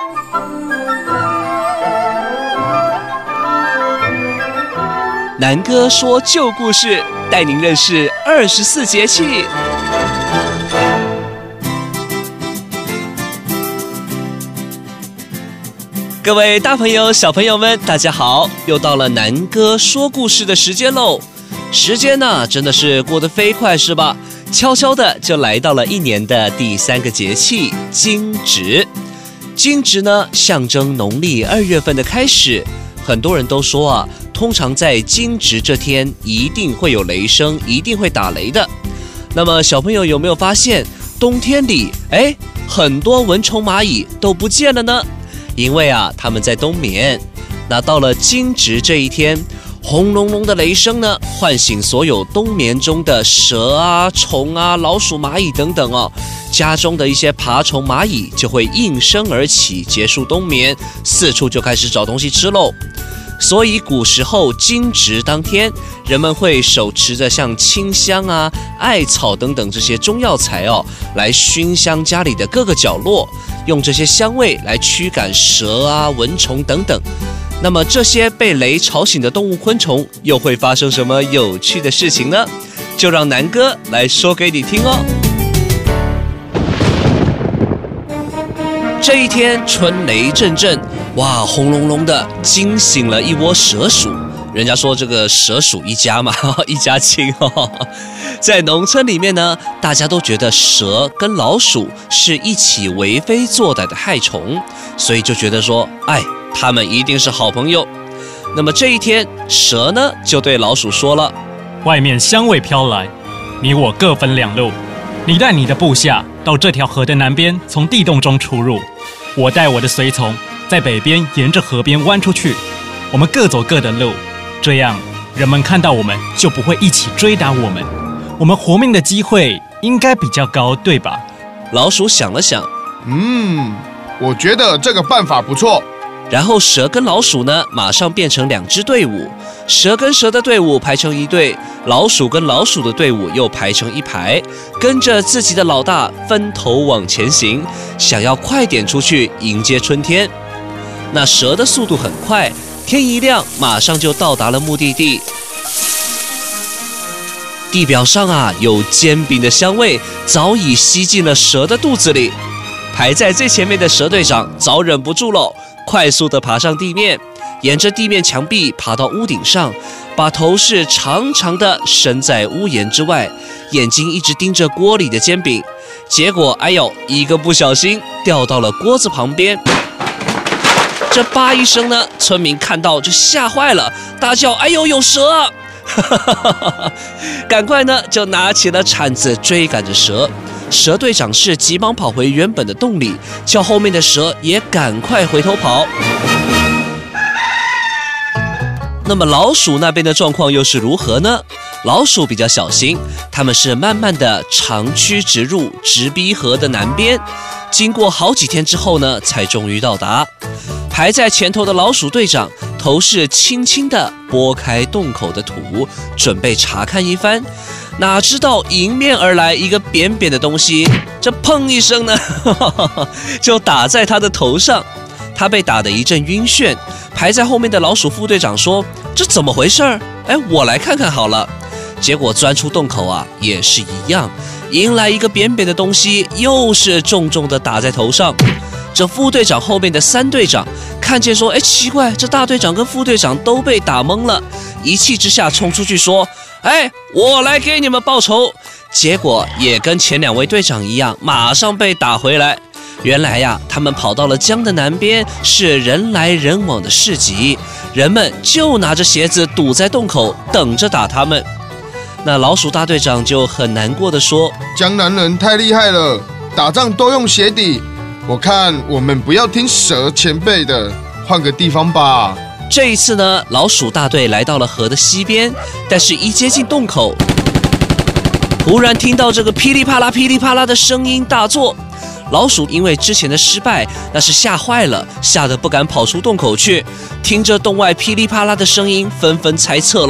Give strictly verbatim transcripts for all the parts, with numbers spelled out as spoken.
南哥说旧故事，带您认识二十四节气。各位大朋友、小朋友们，大家好！又到了南哥说故事的时间喽。时间呢，真的是过得飞快，是吧？悄悄的就来到了一年的第三个节气惊蛰。惊蛰呢，象征农历二月份的开始。很多人都说啊，通常在惊蛰这天一定会有雷声，一定会打雷的。那么小朋友有没有发现，冬天里，哎，很多蚊虫蚂蚁都不见了呢？因为啊，他们在冬眠。那到了惊蛰这一天，轰隆隆的雷声呢，唤醒所有冬眠中的蛇啊、虫啊、老鼠、蚂蚁等等哦。家中的一些爬虫蚂蚁就会应声而起，结束冬眠，四处就开始找东西吃喽。所以古时候惊蛰当天，人们会手持着像清香啊、艾草等等这些中药材哦，来熏香家里的各个角落，用这些香味来驱赶蛇啊、蚊虫等等。那么这些被雷吵醒的动物昆虫又会发生什么有趣的事情呢？就让南哥来说给你听哦。这一天春雷阵阵，哇，轰隆隆的惊醒了一窝蛇鼠。人家说这个蛇鼠一家嘛，一家亲哦。在农村里面呢，大家都觉得蛇跟老鼠是一起为非作歹的害虫，所以就觉得说，哎，他们一定是好朋友。那么这一天，蛇呢就对老鼠说了： 外面香味飘来，你我各分两路。你带你的部下到这条河的南边，从地洞中出入；我带我的随从在北边沿着河边弯出去。我们各走各的路，这样人们看到我们就不会一起追打我们。我们活命的机会应该比较高，对吧？ 老鼠想了想， 嗯，我觉得这个办法不错。 然后蛇跟老鼠呢，马上变成两支队伍，蛇跟蛇的队伍排成一队，老鼠跟老鼠的队伍又排成一排，跟着自己的老大分头往前行，想要快点出去迎接春天。那蛇的速度很快，天一亮马上就到达了目的地。地表上啊，有煎饼的香味早已吸进了蛇的肚子里。排在最前面的蛇队长早忍不住了，快速地爬上地面，沿着地面墙壁爬到屋顶上，把头是长长的伸在屋檐之外，眼睛一直盯着锅里的煎饼。结果，哎呦，一个不小心掉到了锅子旁边。这叭一声呢，村民看到就吓坏了，大叫：“哎呦，有蛇啊！”赶快呢，就拿起了铲子追赶着蛇。蛇队长是急忙跑回原本的洞里，叫后面的蛇也赶快回头跑。那么老鼠那边的状况又是如何呢？老鼠比较小心，他们是慢慢的长驱直入，直逼河的南边。经过好几天之后呢，才终于到达。排在前头的老鼠队长头是轻轻地拨开洞口的土，准备查看一番。哪知道迎面而来一个扁扁的东西，这砰一声呢，就打在他的头上。他被打得一阵晕眩。排在后面的老鼠副队长说：“这怎么回事？哎，我来看看好了。”结果钻出洞口啊，也是一样，迎来一个扁扁的东西，又是重重的打在头上。这副队长后面的三队长看见说：“哎，奇怪，这大队长跟副队长都被打懵了。”一气之下冲出去说：“哎，我来给你们报仇！”结果也跟前两位队长一样，马上被打回来。原来呀，他们跑到了江的南边，是人来人往的市集，人们就拿着鞋子堵在洞口，等着打他们。那老鼠大队长就很难过的说：“ 江南人太厉害了，打仗都用鞋底。我看我们不要听蛇前辈的，换个地方吧。” 这一次呢，老鼠大队来到了河的西边，但是一接近洞口，突然听到这个噼里啪啦、噼里啪啦的声音大作。老鼠因为之前的失败，那是吓坏了，吓得不敢跑出洞口去。听着洞外噼里啪啦的声音，纷纷猜测了，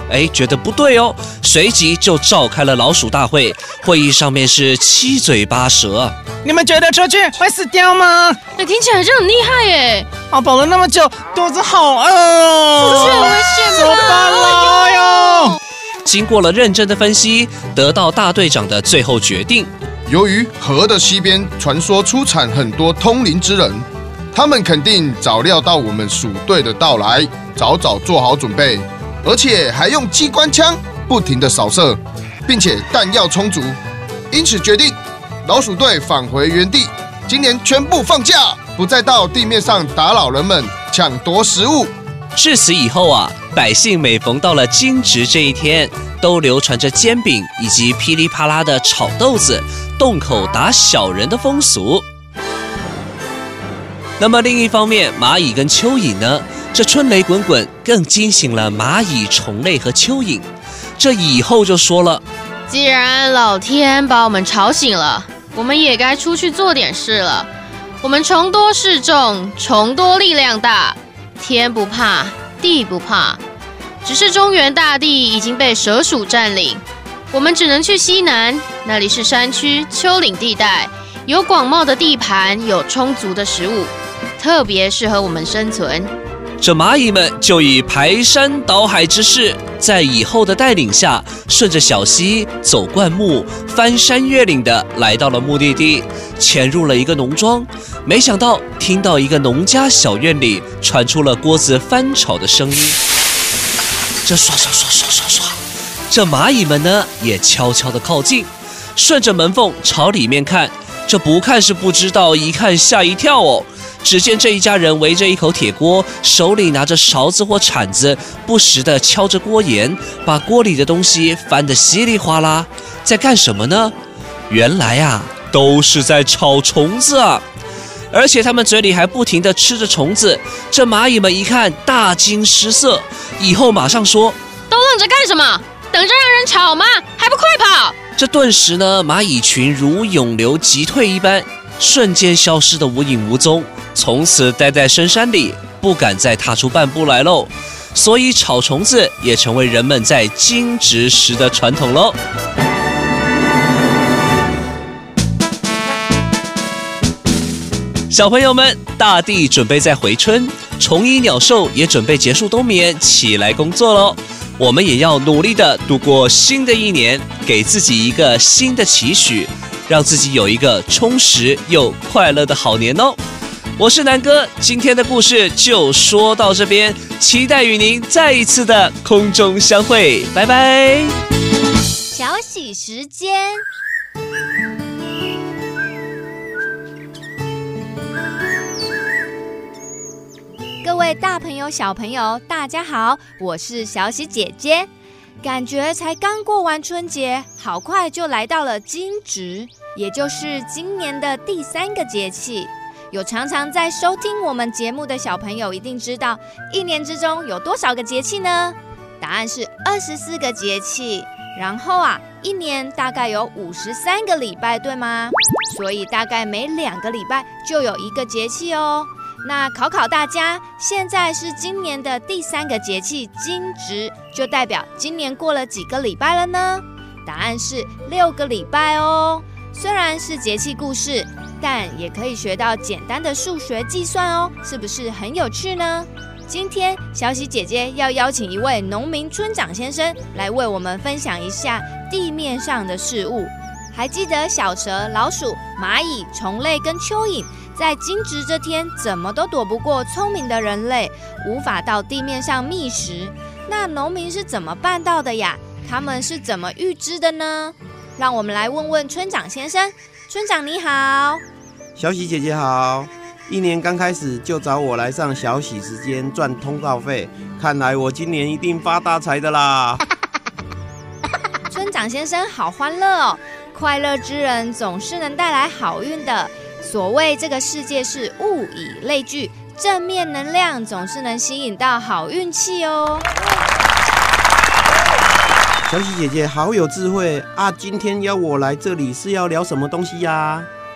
哎，觉得不对哦，随即就召开了老鼠大会。会议上面是七嘴八舌。 你们觉得出去会死掉吗？ 哎，听起来就很厉害耶！ 啊，跑了那么久，肚子好饿哦， 出去很危险怎么办啦？哎呦！ 经过了认真的分析，得到大队长的最后决定。 由于河的西边传说出产很多通灵之人，他们肯定早料到我们鼠队的到来，早早做好准备，而且还用机关枪不停地扫射，并且弹药充足，因此决定老鼠队返回原地，今年全部放假，不再到地面上打扰人们抢夺食物。 至此以后啊，百姓每逢到了惊蛰这一天，都流传着煎饼以及噼里啪啦的炒豆子、洞口打小人的风俗。那么另一方面，蚂蚁跟蚯蚓呢？这春雷滚滚更惊醒了蚂蚁、虫类和蚯蚓。这以后就说了， 既然老天把我们吵醒了，我们也该出去做点事了。我们虫多势众，虫多力量大，天不怕，地不怕，只是中原大地已经被蛇鼠占领，我们只能去西南，那里是山区、丘陵地带，有广袤的地盘，有充足的食物，特别适合我们生存。 这蚂蚁们就以排山倒海之势，在以后的带领下，顺着小溪走灌木，翻山越岭的来到了目的地，潜入了一个农庄。没想到听到一个农家小院里传出了锅子翻炒的声音。这刷刷刷刷刷刷，这蚂蚁们呢也悄悄地靠近，顺着门缝朝里面看。这不看是不知道，一看吓一跳哦。只见这一家人围着一口铁锅，手里拿着勺子或铲子，不时地敲着锅沿，把锅里的东西翻得稀里哗啦。在干什么呢？原来啊，都是在炒虫子啊！而且他们嘴里还不停地吃着虫子。这蚂蚁们一看，大惊失色，以后马上说：“ 都愣着干什么？等着让人炒吗？还不快跑！” 这顿时呢，蚂蚁群如涌流急退一般，瞬间消失得无影无踪。从此待在深山里，不敢再踏出半步来喽。所以炒虫子也成为人们在惊蛰时的传统喽。小朋友们，大地准备在回春，虫蚁鸟兽也准备结束冬眠，起来工作喽。我们也要努力的度过新的一年，给自己一个新的期许，让自己有一个充实又快乐的好年哦。我是南哥，今天的故事就说到这边，期待与您再一次的空中相会，拜拜。 小喜时间，各位大朋友、小朋友，大家好，我是小喜姐姐。感觉才刚过完春节，好快就来到了惊蛰，也就是今年的第三个节气。有常常在收听我们节目的小朋友一定知道，一年之中有多少个节气呢？答案是二十四个节气。然后啊，一年大概有五十三个礼拜，对吗？所以大概每两个礼拜就有一个节气哦。那考考大家，现在是今年的第三个节气惊蛰，就代表今年过了几个礼拜了呢？答案是六个礼拜哦。虽然是节气故事，但也可以学到简单的数学计算哦，是不是很有趣呢？今天小喜姐姐要邀请一位农民村长先生来为我们分享一下地面上的事物。还记得小蛇、老鼠、蚂蚁、虫类跟蚯蚓在惊蛰这天怎么都躲不过聪明的人类，无法到地面上觅食。那农民是怎么办到的呀？他们是怎么预知的呢？让我们来问问村长先生。村长你好。 小喜姐姐好。一年刚开始就找我来上小喜时间赚通告费，看来我今年一定发大财的啦。 村长先生好欢乐哦，快乐之人总是能带来好运的。所谓这个世界是物以类聚，正面能量总是能吸引到好运气哦。 小喜姐姐好有智慧啊！今天邀我来这里是要聊什么东西呀？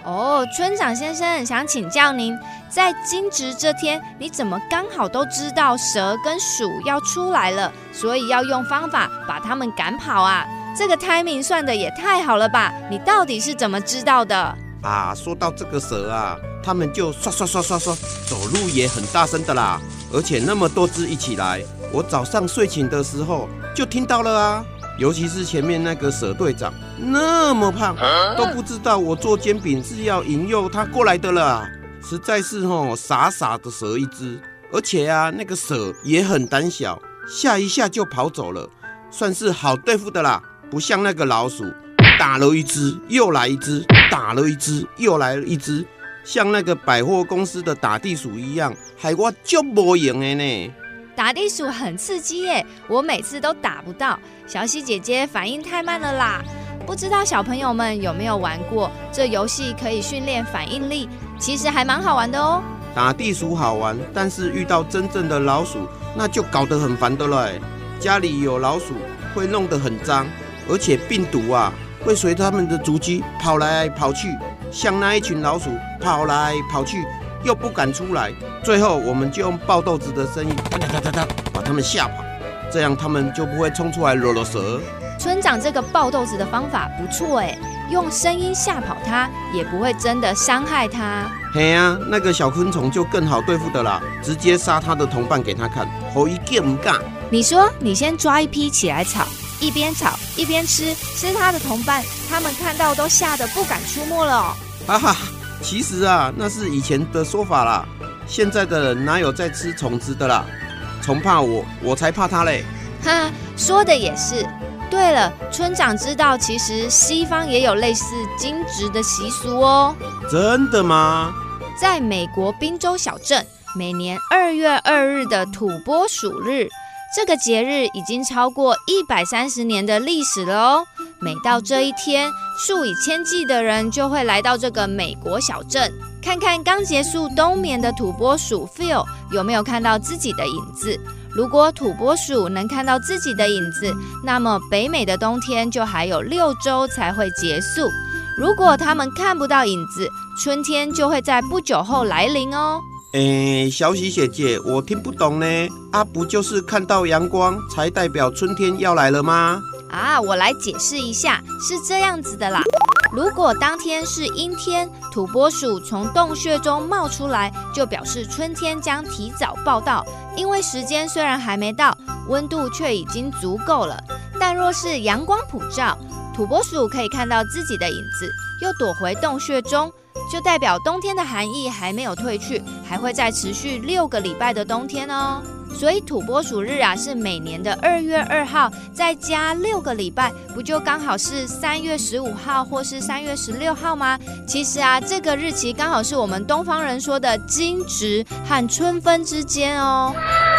哦，村长先生想请教您，在惊蛰这天，你怎么刚好都知道蛇跟鼠要出来了，所以要用方法把它们赶跑啊？这个 timing 算的也太好了吧？你到底是怎么知道的？ 啊，说到这个蛇啊，他们就刷刷刷刷刷，走路也很大声的啦，而且那么多只一起来，我早上睡醒的时候就听到了啊。尤其是前面那个蛇队长那么胖，都不知道我做煎饼是要引诱他过来的了，实在是吼傻傻的蛇一只。而且啊，那个蛇也很胆小，吓一下就跑走了，算是好对付的啦，不像那个老鼠，打了一只又来一只，打了一只又来了一只，像那个百货公司的打地鼠一样，害我就没赢的呢。 打地鼠很刺激耶，我每次都打不到。小喜姐姐反应太慢了啦。不知道小朋友们有没有玩过这游戏？可以训练反应力，其实还蛮好玩的哦。 打地鼠好玩，但是遇到真正的老鼠，那就搞得很烦的了。家里有老鼠会弄得很脏，而且病毒啊会随他们的足迹跑来跑去，像那一群老鼠跑来跑去，又不敢出来，最后我们就用爆豆子的声音哒哒哒哒把他们吓跑，这样他们就不会冲出来惹了蛇。 村长这个爆豆子的方法不错哎，用声音吓跑它，也不会真的伤害它。 嘿啊，那个小昆虫就更好对付的啦，直接杀他的同伴给他看，好一见唔干。 你说你先抓一批起来炒，一边炒一边吃，吃他的同伴，他们看到都吓得不敢出没了哦。 哈哈，其实啊，那是以前的说法啦，现在的人哪有在吃虫子的啦？虫怕我，我才怕他嘞。 哈，说的也是。对了，村长知道其实西方也有类似惊蛰的习俗哦。 真的吗？ 在美国宾州小镇，每年二月二日的土拨鼠日，这个节日已经超过一百三十年的历史了哦。每到这一天，数以千计的人就会来到这个美国小镇，看看刚结束冬眠的土拨鼠 Phil 有没有看到自己的影子。如果土拨鼠能看到自己的影子，那么北美的冬天就还有六周才会结束。如果他们看不到影子，春天就会在不久后来临哦。 诶，小喜姐姐，我听不懂呢。啊，不就是看到阳光才代表春天要来了吗？ 啊，我来解释一下，是这样子的啦。如果当天是阴天，土拨鼠从洞穴中冒出来，就表示春天将提早报到。因为时间虽然还没到，温度却已经足够了。但若是阳光普照，土拨鼠可以看到自己的影子，又躲回洞穴中，就代表冬天的寒意还没有退去，还会再持续六个礼拜的冬天哦。所以土拨鼠日啊是每年的二月二号，再加六个礼拜，不就刚好是三月十五号或是三月十六号吗？其实啊，这个日期刚好是我们东方人说的惊蛰和春分之间哦。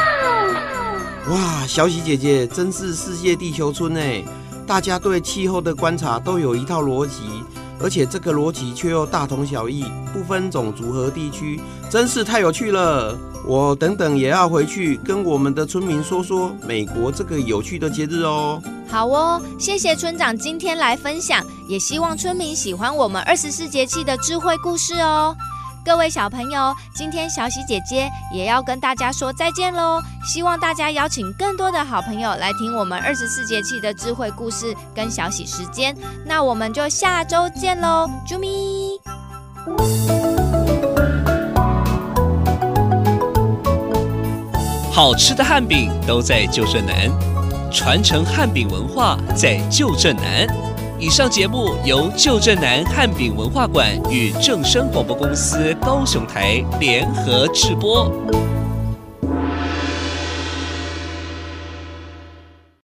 哇，小喜姐姐真是世界地球村哎！大家对气候的观察都有一套逻辑，而且这个逻辑却又大同小异，不分种族和地区，真是太有趣了。我等等也要回去跟我们的村民说说美国这个有趣的节日哦。 好哦，谢谢村长今天来分享，也希望村民喜欢我们二十四节气的智慧故事哦。各位小朋友，今天小喜姐姐也要跟大家说再见咯，希望大家邀请更多的好朋友来听我们二十四节气的智慧故事跟小喜时间，那我们就下周见咯，啾咪。 好吃的汉饼都在旧镇南，传承汉饼文化在旧镇南。以上节目由旧镇南汉饼文化馆与正声广播公司高雄台联合制播。